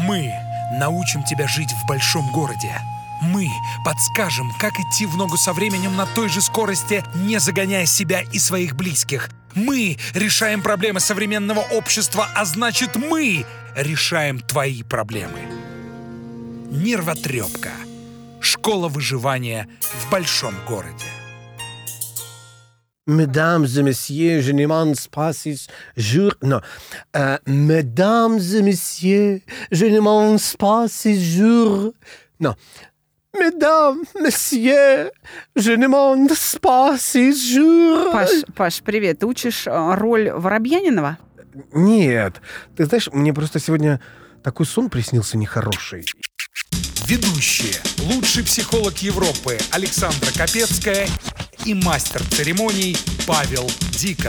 Мы научим тебя жить в большом городе. Мы подскажем, как идти в ногу со временем на той же скорости, не загоняя себя и своих близких. Мы решаем проблемы современного общества, а значит, мы решаем твои проблемы. Нервотрепка. Школа выживания в большом городе. Mesdames et messieurs, je ne m'en passe jour. Non. Mesdames et messieurs, je ne m'en passe jour. Non. Mesdames, messieurs, je ne m'en passe jour. Паш, привет. Ты учишь роль Воробьянинова? Нет. Ты знаешь, мне просто сегодня такой сон приснился нехороший. Ведущие. Лучший психолог Европы Александра Капецкая и мастер церемоний Павел Дикон.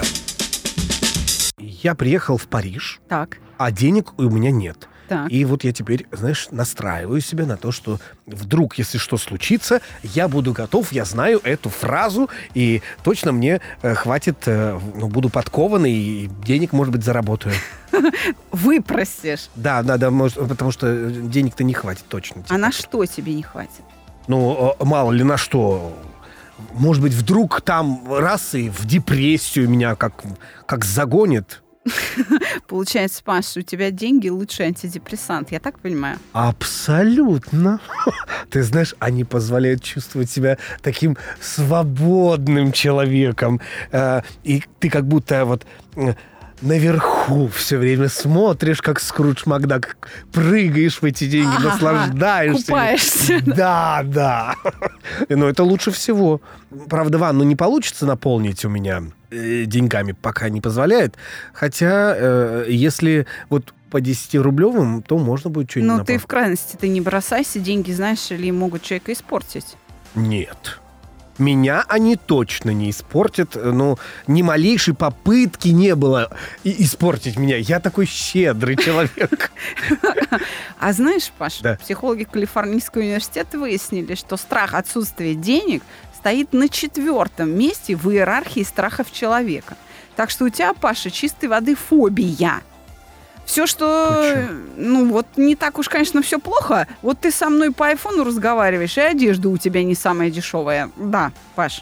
Я приехал в Париж, Так. а денег у меня нет. Так. И вот я теперь, знаешь, настраиваю себя на то, что вдруг, если что случится, я буду готов, я знаю эту фразу, и точно мне хватит, буду подкованный, и денег, может быть, заработаю. Выпросишь. Да, потому что денег-то не хватит точно. А на что тебе не хватит? Ну, мало ли на что. Может быть, вдруг там раз и в депрессию меня как загонит. Получается, Паш, у тебя деньги лучший антидепрессант, я так понимаю? Абсолютно. Ты знаешь, они позволяют чувствовать себя таким свободным человеком. И ты как будто вот наверху все время смотришь, как Скрудж Макдак, прыгаешь в эти деньги, наслаждаешься. Купаешься. Да. Но это лучше всего. Правда, ванну не получится наполнить у меня деньгами, пока не позволяет. Хотя, если вот по 10-рублевым, то можно будет что-нибудь наполнить. Ну, ты в крайности, ты не бросайся, деньги, знаешь, или могут человека испортить. Нет. Меня они точно не испортят. Ну, ни малейшей попытки не было испортить меня. Я такой щедрый человек. А знаешь, Паш, Да. психологи Калифорнийского университета выяснили, что страх отсутствия денег стоит на 4-м месте в иерархии страхов человека. Так что у тебя, Паша, чистой воды фобия. Все, что, не так уж, конечно, все плохо. Вот ты со мной по айфону разговариваешь, и одежда у тебя не самая дешевая. Да, Паш.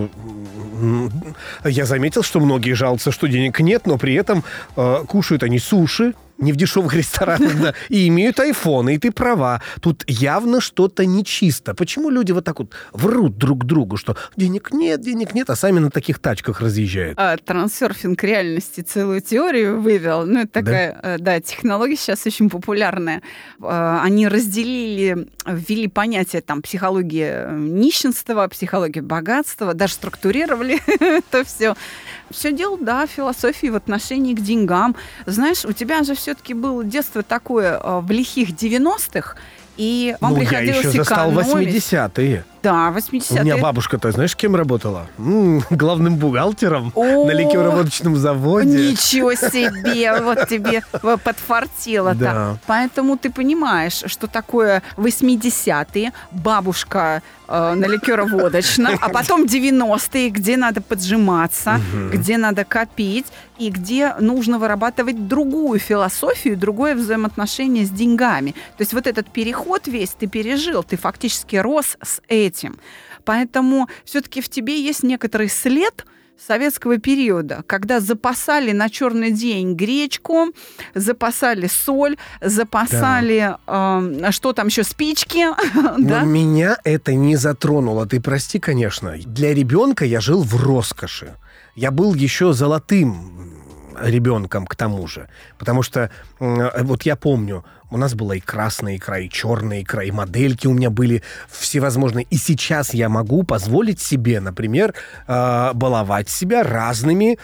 Я заметил, что многие жалуются, что денег нет, но при этом кушают они суши, не в дешевых ресторанах, да, и имеют айфоны, и ты права. Тут явно что-то нечисто. Почему люди вот так вот врут друг другу, что денег нет, а сами на таких тачках разъезжают? Трансерфинг реальности целую теорию вывел. Ну, это такая, технология сейчас очень популярная. Они ввели понятие там психология нищенства, психология богатства, даже структурировали это все. Все дело, да, философии в отношении к деньгам. Знаешь, у тебя же все-таки было детство такое в лихих 90-х, и вам приходилось я еще застал экономить. 80-е. Да, 80-е. У меня бабушка-то, знаешь, кем работала? Главным бухгалтером на ликероводочном заводе. Ничего себе! Вот тебе подфартило-то. Да. Поэтому ты понимаешь, что такое 80-е, бабушка на ликероводочном, а потом 90-е, где надо поджиматься, где надо копить, и где нужно вырабатывать другую философию, другое взаимоотношение с деньгами. То есть вот этот переход весь ты пережил, ты фактически рос с этим. Поэтому все-таки в тебе есть некоторый след советского периода, когда запасали на черный день гречку, запасали соль, запасали, что там еще, спички. Но меня это не затронуло. Ты прости, конечно. Для ребенка я жил в роскоши. Я был еще золотым ребенком к тому же. Потому что, вот я помню, у нас была и красная икра, и черная икра, и модельки у меня были всевозможные. И сейчас я могу позволить себе, например, баловать себя разными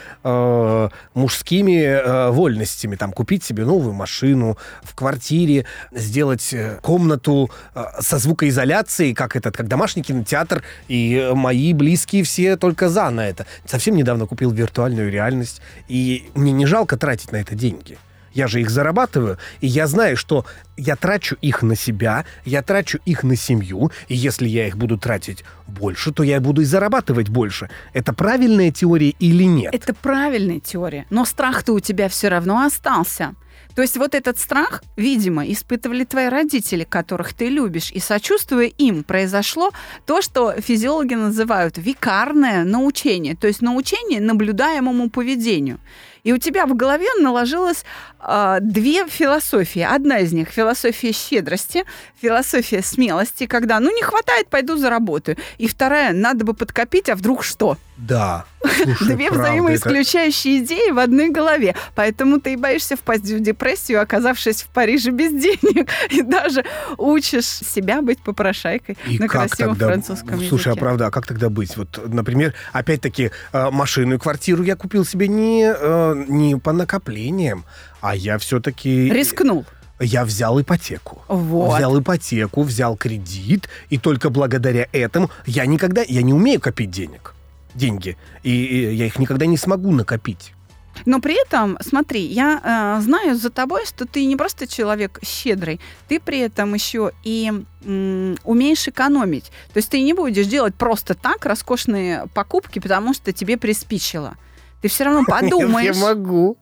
мужскими вольностями. Там, купить себе новую машину, в квартире сделать комнату со звукоизоляцией, как домашний кинотеатр. И мои близкие все только за на это. Совсем недавно купил виртуальную реальность. И мне не жалко тратить на это деньги. Я же их зарабатываю, и я знаю, что я трачу их на себя, я трачу их на семью, и если я их буду тратить больше, то я буду и зарабатывать больше. Это правильная теория или нет? Это правильная теория, но страх-то у тебя все равно остался. То есть вот этот страх, видимо, испытывали твои родители, которых ты любишь, и сочувствуя им, произошло то, что физиологи называют викарное научение, то есть научение наблюдаемому поведению. И у тебя в голове наложилось две философии. Одна из них — философия щедрости, философия смелости, когда, не хватает, пойду заработаю. И вторая — надо бы подкопить, а вдруг что? Да. Слушай, Две взаимоисключающие идеи в одной голове. Поэтому ты и боишься впасть в депрессию, оказавшись в Париже без денег. И даже учишь себя быть попрошайкой и на красивом французском языке. Слушай, а правда, а как тогда быть? Вот, например, опять-таки, машину и квартиру я купил себе не по накоплениям, а я все-таки... Рискнул. Я взял ипотеку. Вот. Взял ипотеку, взял кредит, и только благодаря этому я не умею копить деньги, и я их никогда не смогу накопить. Но при этом, смотри, я знаю за тобой, что ты не просто человек щедрый, ты при этом еще и умеешь экономить. То есть ты не будешь делать просто так роскошные покупки, потому что тебе приспичило. Ты все равно подумаешь. Я могу.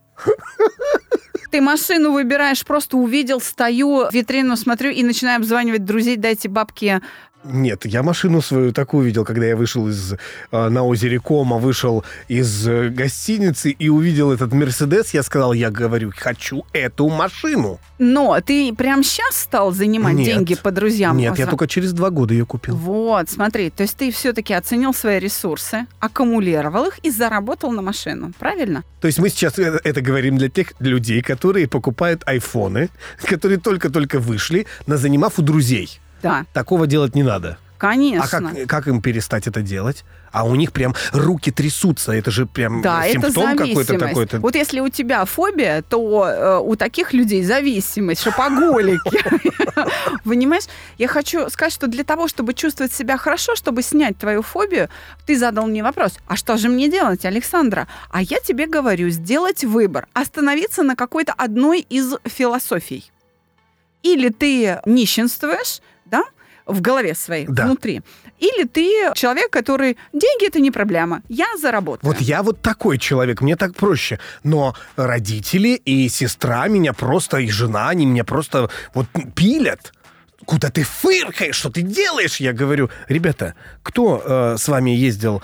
Ты машину выбираешь, просто увидел, стою, в витрину смотрю и начинаю обзванивать друзей, дайте бабки. Нет, я машину свою такую видел, когда я вышел на озере Кома, вышел из гостиницы и увидел этот Мерседес. Я сказал, хочу эту машину. Но ты прямо сейчас стал занимать деньги по друзьям? Нет, я только через 2 года ее купил. Вот, смотри, то есть ты все-таки оценил свои ресурсы, аккумулировал их и заработал на машину, правильно? То есть мы сейчас это говорим для тех людей, которые покупают айфоны, которые только-только вышли, занимав у друзей. Да. Такого делать не надо. Конечно. А как им перестать это делать? А у них прям руки трясутся. Это же прям симптом какой-то такой. Вот если у тебя фобия, то у таких людей зависимость, шопоголики. Понимаешь? Я хочу сказать, что для того, чтобы чувствовать себя хорошо, чтобы снять твою фобию, ты задал мне вопрос, а что же мне делать, Александра? А я тебе говорю, сделать выбор, остановиться на какой-то одной из философий. Или ты нищенствуешь, да, в голове своей, внутри. Или ты человек, который... Деньги — это не проблема. Я заработаю. Вот я вот такой человек, мне так проще. Но родители и сестра меня просто, и жена, они меня просто пилят. Куда ты фыркаешь, что ты делаешь? Я говорю, ребята, кто с вами ездил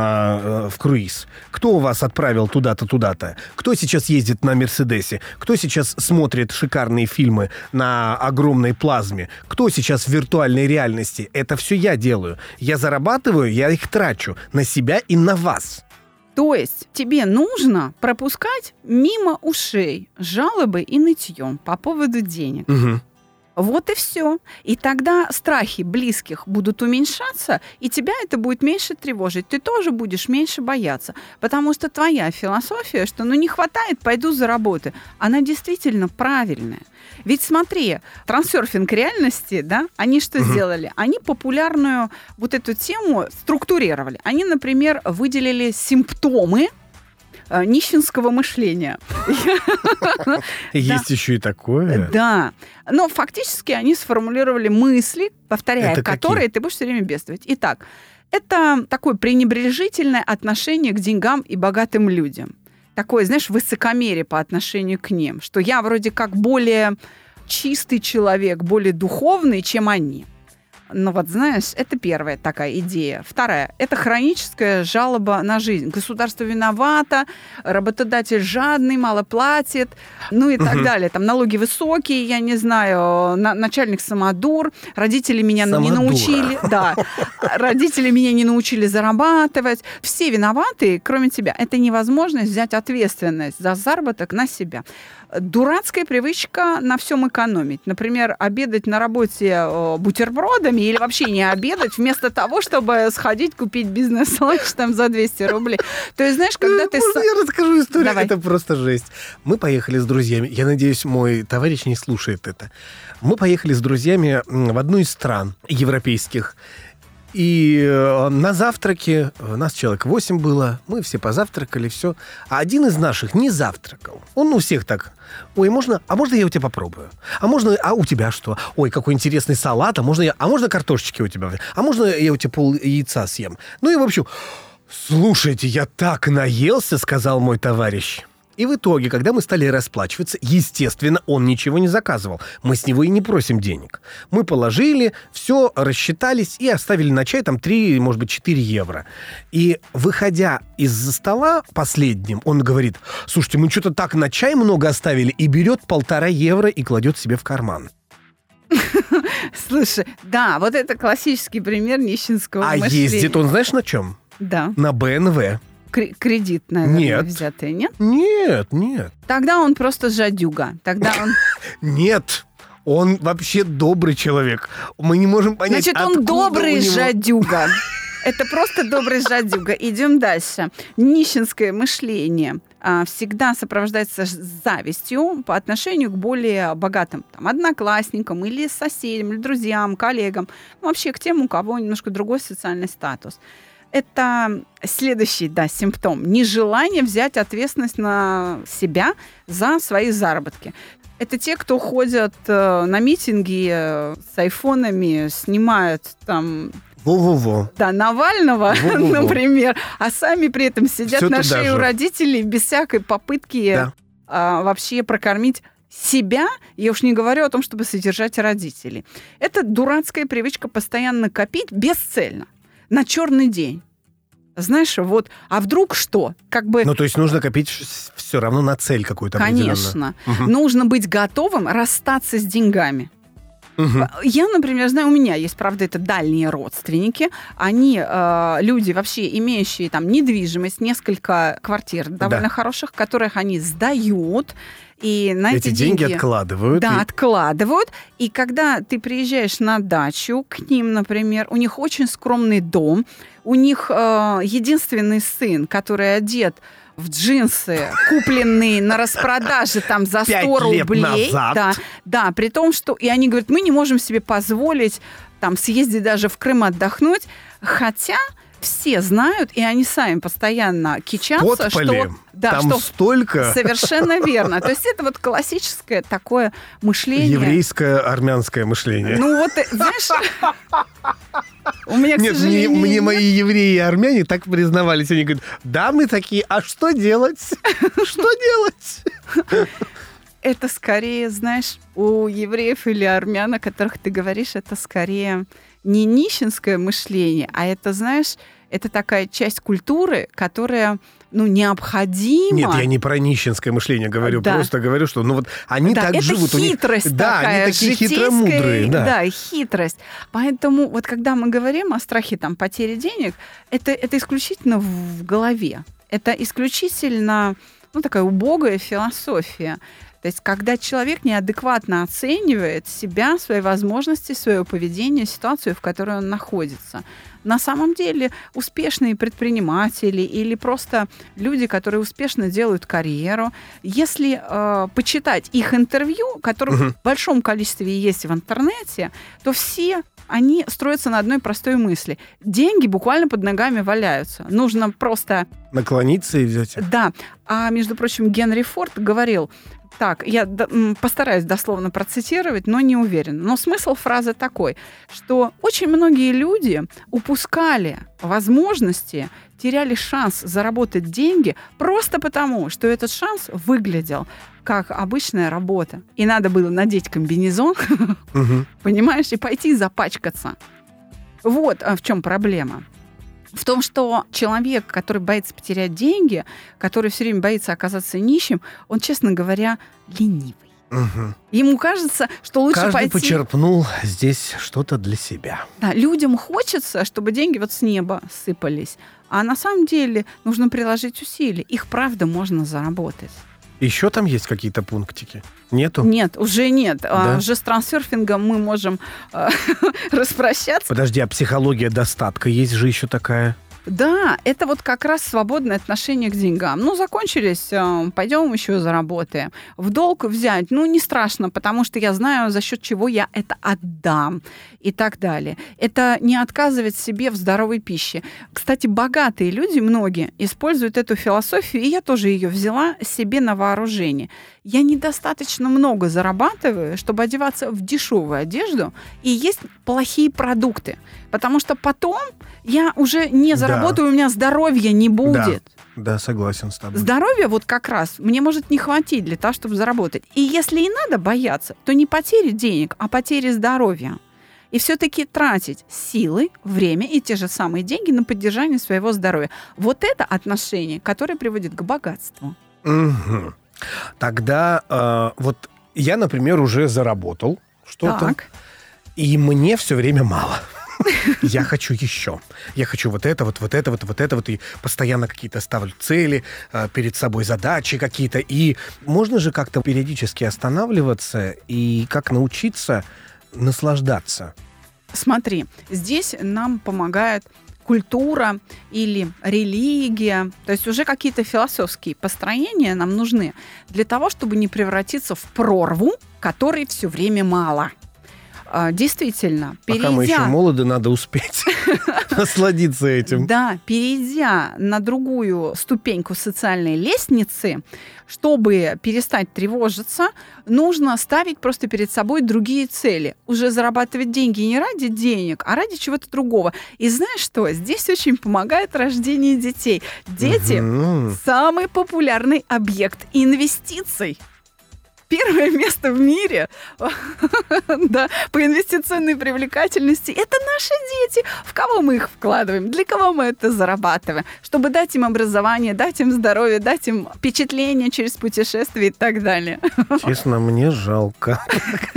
в круиз? Кто у вас отправил туда-то, туда-то? Кто сейчас ездит на Мерседесе? Кто сейчас смотрит шикарные фильмы на огромной плазме? Кто сейчас в виртуальной реальности? Это все я делаю. Я зарабатываю, я их трачу на себя и на вас. То есть тебе нужно пропускать мимо ушей жалобы и нытье по поводу денег. Угу. Вот и все. И тогда страхи близких будут уменьшаться, и тебя это будет меньше тревожить. Ты тоже будешь меньше бояться. Потому что твоя философия, что не хватает, пойду заработаю, она действительно правильная. Ведь смотри, трансерфинг реальности, да, они что сделали? Они популярную вот эту тему структурировали. Они, например, выделили симптомы нищенского мышления. Есть еще и такое? Да. Но фактически они сформулировали мысли, повторяя которые ты будешь все время бедствовать. Итак, это такое пренебрежительное отношение к деньгам и богатым людям. Такое, знаешь, высокомерие по отношению к ним, что я вроде как более чистый человек, более духовный, чем они. Ну вот, знаешь, это первая такая идея. Вторая – это хроническая жалоба на жизнь. Государство виновато, работодатель жадный, мало платит, и так далее. Там налоги высокие, я не знаю, начальник самодур, родители меня не научили. Да, родители меня не научили зарабатывать. Все виноваты, кроме тебя. Это невозможность взять ответственность за заработок на себя. Дурацкая привычка на всем экономить. Например, обедать на работе бутербродами или вообще не обедать, вместо того, чтобы сходить купить бизнес-ланч там за 200 рублей. То есть, знаешь, когда ты... Можно я расскажу историю? Давай. Это просто жесть. Мы поехали с друзьями. Я надеюсь, мой товарищ не слушает это. Мы поехали с друзьями в одну из стран европейских. И на завтраке, нас человек 8 было, мы все позавтракали, все. А один из наших не завтракал. Он у всех так: ой, можно я у тебя попробую? А у тебя что? Ой, какой интересный салат, а можно картошечки у тебя? А можно я у тебя пол яйца съем? Ну и в общем, слушайте, я так наелся, сказал мой товарищ. И в итоге, когда мы стали расплачиваться, естественно, он ничего не заказывал. Мы с него и не просим денег. Мы положили, все, рассчитались и оставили на чай там 3, может быть, 4 евро. И, выходя из-за стола последним, он говорит: слушайте, мы что-то так на чай много оставили, и берет 1,5 евро и кладет себе в карман. Слушай, да, вот это классический пример нищенского мышления. А ездит он, знаешь, на чем? Да. На БНВ. Кредит, наверное, Нет. взятый, нет? Нет. Тогда он просто жадюга. Тогда он... Нет. Он вообще добрый человек. Мы не можем понять, Значит, он добрый жадюга. Это просто добрый жадюга. Идем дальше. Нищенское мышление всегда сопровождается завистью по отношению к более богатым одноклассникам или соседям, или друзьям, коллегам. Вообще к тем, у кого немножко другой социальный статус. Это следующий, симптом. Нежелание взять ответственность на себя за свои заработки. Это те, кто ходят на митинги с айфонами, снимают там... Во-во-во. Да, Навального, Во-во-во. Например, а сами при этом сидят Всё на туда шее у же. родителей без всякой попытки вообще прокормить себя, я уж не говорю о том, чтобы содержать родителей. Это дурацкая привычка постоянно копить бесцельно. На черный день. Знаешь, вот, а вдруг что? Ну, то есть нужно копить все равно на цель какую-то определенную. Конечно. Нужно быть готовым расстаться с деньгами. Я, например, знаю, у меня есть, правда, это дальние родственники. Они люди, вообще имеющие там недвижимость, несколько квартир довольно хороших, которых они сдают. И на эти деньги откладывают. Да, откладывают. И когда ты приезжаешь на дачу к ним, например, у них очень скромный дом, у них единственный сын, который одет в джинсы, купленные на распродаже там за 100 рублей. назад. Да, при том, что... И они говорят, мы не можем себе позволить там съездить даже в Крым отдохнуть, хотя... Все знают, и они сами постоянно кичатся, Подполе. что... Да, там что столько... Совершенно верно. То есть это вот классическое такое мышление. Еврейское, армянское мышление. Ну вот, знаешь... У меня, к сожалению... Нет, мне мои евреи и армяне так признавались. Они говорят, да, мы такие, а что делать? Что делать? Это скорее, знаешь, у евреев или армян, о которых ты говоришь, это скорее не нищенское мышление, а это, знаешь, это такая часть культуры, которая, необходима. Нет, я не про нищенское мышление говорю, просто говорю, что вот они так это живут. Это хитрость такая, они такие житейская, хитромудрые. Да, хитрость. Поэтому вот когда мы говорим о страхе потери денег, это исключительно в голове. Это исключительно такая убогая философия. То есть, когда человек неадекватно оценивает себя, свои возможности, свое поведение, ситуацию, в которой он находится. На самом деле успешные предприниматели или просто люди, которые успешно делают карьеру, если почитать их интервью, которых в большом количестве есть в интернете, то все они строятся на одной простой мысли. Деньги буквально под ногами валяются. Нужно просто... наклониться и взять. Да. А, между прочим, Генри Форд говорил... Так, я постараюсь дословно процитировать, но не уверена. Но смысл фразы такой, что очень многие люди упускали возможности, теряли шанс заработать деньги просто потому, что этот шанс выглядел как обычная работа. И надо было надеть комбинезон, понимаешь, и пойти запачкаться. Вот в чем проблема. В том, что человек, который боится потерять деньги, который все время боится оказаться нищим, он, честно говоря, ленивый. Ему кажется, что лучше Каждый пойти... почерпнул здесь что-то для себя. Да, людям хочется, чтобы деньги с неба сыпались. А на самом деле нужно приложить усилия. Их, правда, можно заработать. Еще там есть какие-то пунктики? Нету? Нет, уже нет. Да? Уже с трансерфингом мы можем распрощаться. Подожди, а психология достатка есть же еще такая? Да, это вот как раз свободное отношение к деньгам. Ну, закончились, пойдем еще заработаем. В долг взять, ну, не страшно, потому что я знаю, за счет чего я это отдам и так далее. Это не отказывать себе в здоровой пище. Кстати, богатые люди, многие, используют эту философию, и я тоже ее взяла себе на вооружение. Я недостаточно много зарабатываю, чтобы одеваться в дешевую одежду и есть плохие продукты. Потому что потом я уже не заработаю, у меня здоровья не будет. Да, согласен с тобой. Здоровья вот как раз мне может не хватить для того, чтобы заработать. И если и надо бояться, то не потери денег, а потери здоровья. И все-таки тратить силы, время и те же самые деньги на поддержание своего здоровья. Вот это отношение, которое приводит к богатству. Угу. Тогда вот я, например, уже заработал что-то, Так. и мне все время мало. Я хочу еще. Я хочу вот это, и постоянно какие-то ставлю цели, перед собой задачи какие-то. И можно же как-то периодически останавливаться и как научиться наслаждаться. Смотри, здесь нам помогает культура или религия, то есть уже какие-то философские построения нам нужны для того, чтобы не превратиться в прорву, которой все время мало. Действительно, Пока мы еще молоды, надо успеть насладиться этим. Да, перейдя на другую ступеньку социальной лестницы, чтобы перестать тревожиться, нужно ставить просто перед собой другие цели. Уже зарабатывать деньги не ради денег, а ради чего-то другого. И знаешь что? Здесь очень помогает рождение детей. Дети – самый популярный объект инвестиций. Первое место в мире да, по инвестиционной привлекательности – это наши дети. В кого мы их вкладываем? Для кого мы это зарабатываем? Чтобы дать им образование, дать им здоровье, дать им впечатление через путешествия и так далее. Честно, мне жалко.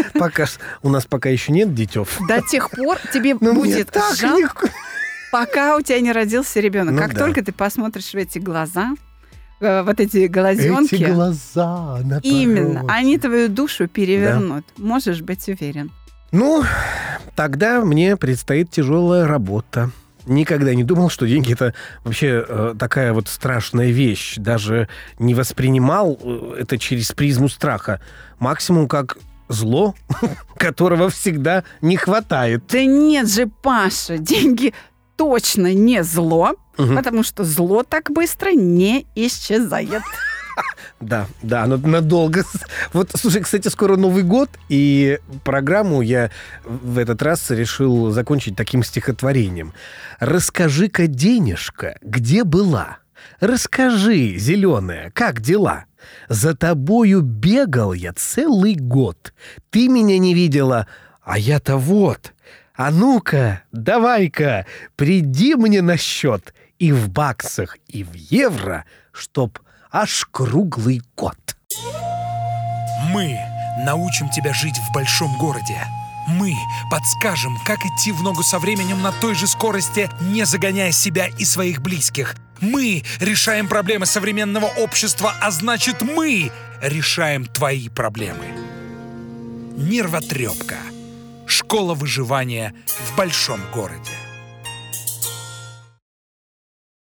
У нас пока еще нет детев. До тех пор тебе будет жалко, пока у тебя не родился ребенок. Как только ты посмотришь в эти глаза, вот эти глазенки. Эти глаза на именно, они твою душу перевернут. Да. Можешь быть уверен. Ну, тогда мне предстоит тяжелая работа. Никогда не думал, что деньги — это вообще такая вот страшная вещь. Даже не воспринимал это через призму страха. Максимум как зло, которого всегда не хватает. Да нет же, Паша, деньги точно не зло, потому что зло так быстро не исчезает. Да, оно надолго. Вот, слушай, кстати, скоро Новый год, и программу я в этот раз решил закончить таким стихотворением. «Расскажи-ка, денежка, где была? Расскажи, зеленая, как дела? За тобою бегал я целый год. Ты меня не видела, а я-то вот. А ну-ка, давай-ка, приди мне на счет и в баксах, и в евро, чтоб аж круглый год». Мы научим тебя жить в большом городе. Мы подскажем, как идти в ногу со временем на той же скорости, не загоняя себя и своих близких. Мы решаем проблемы современного общества, а значит, мы решаем твои проблемы. Нервотрепка. Школа выживания в большом городе.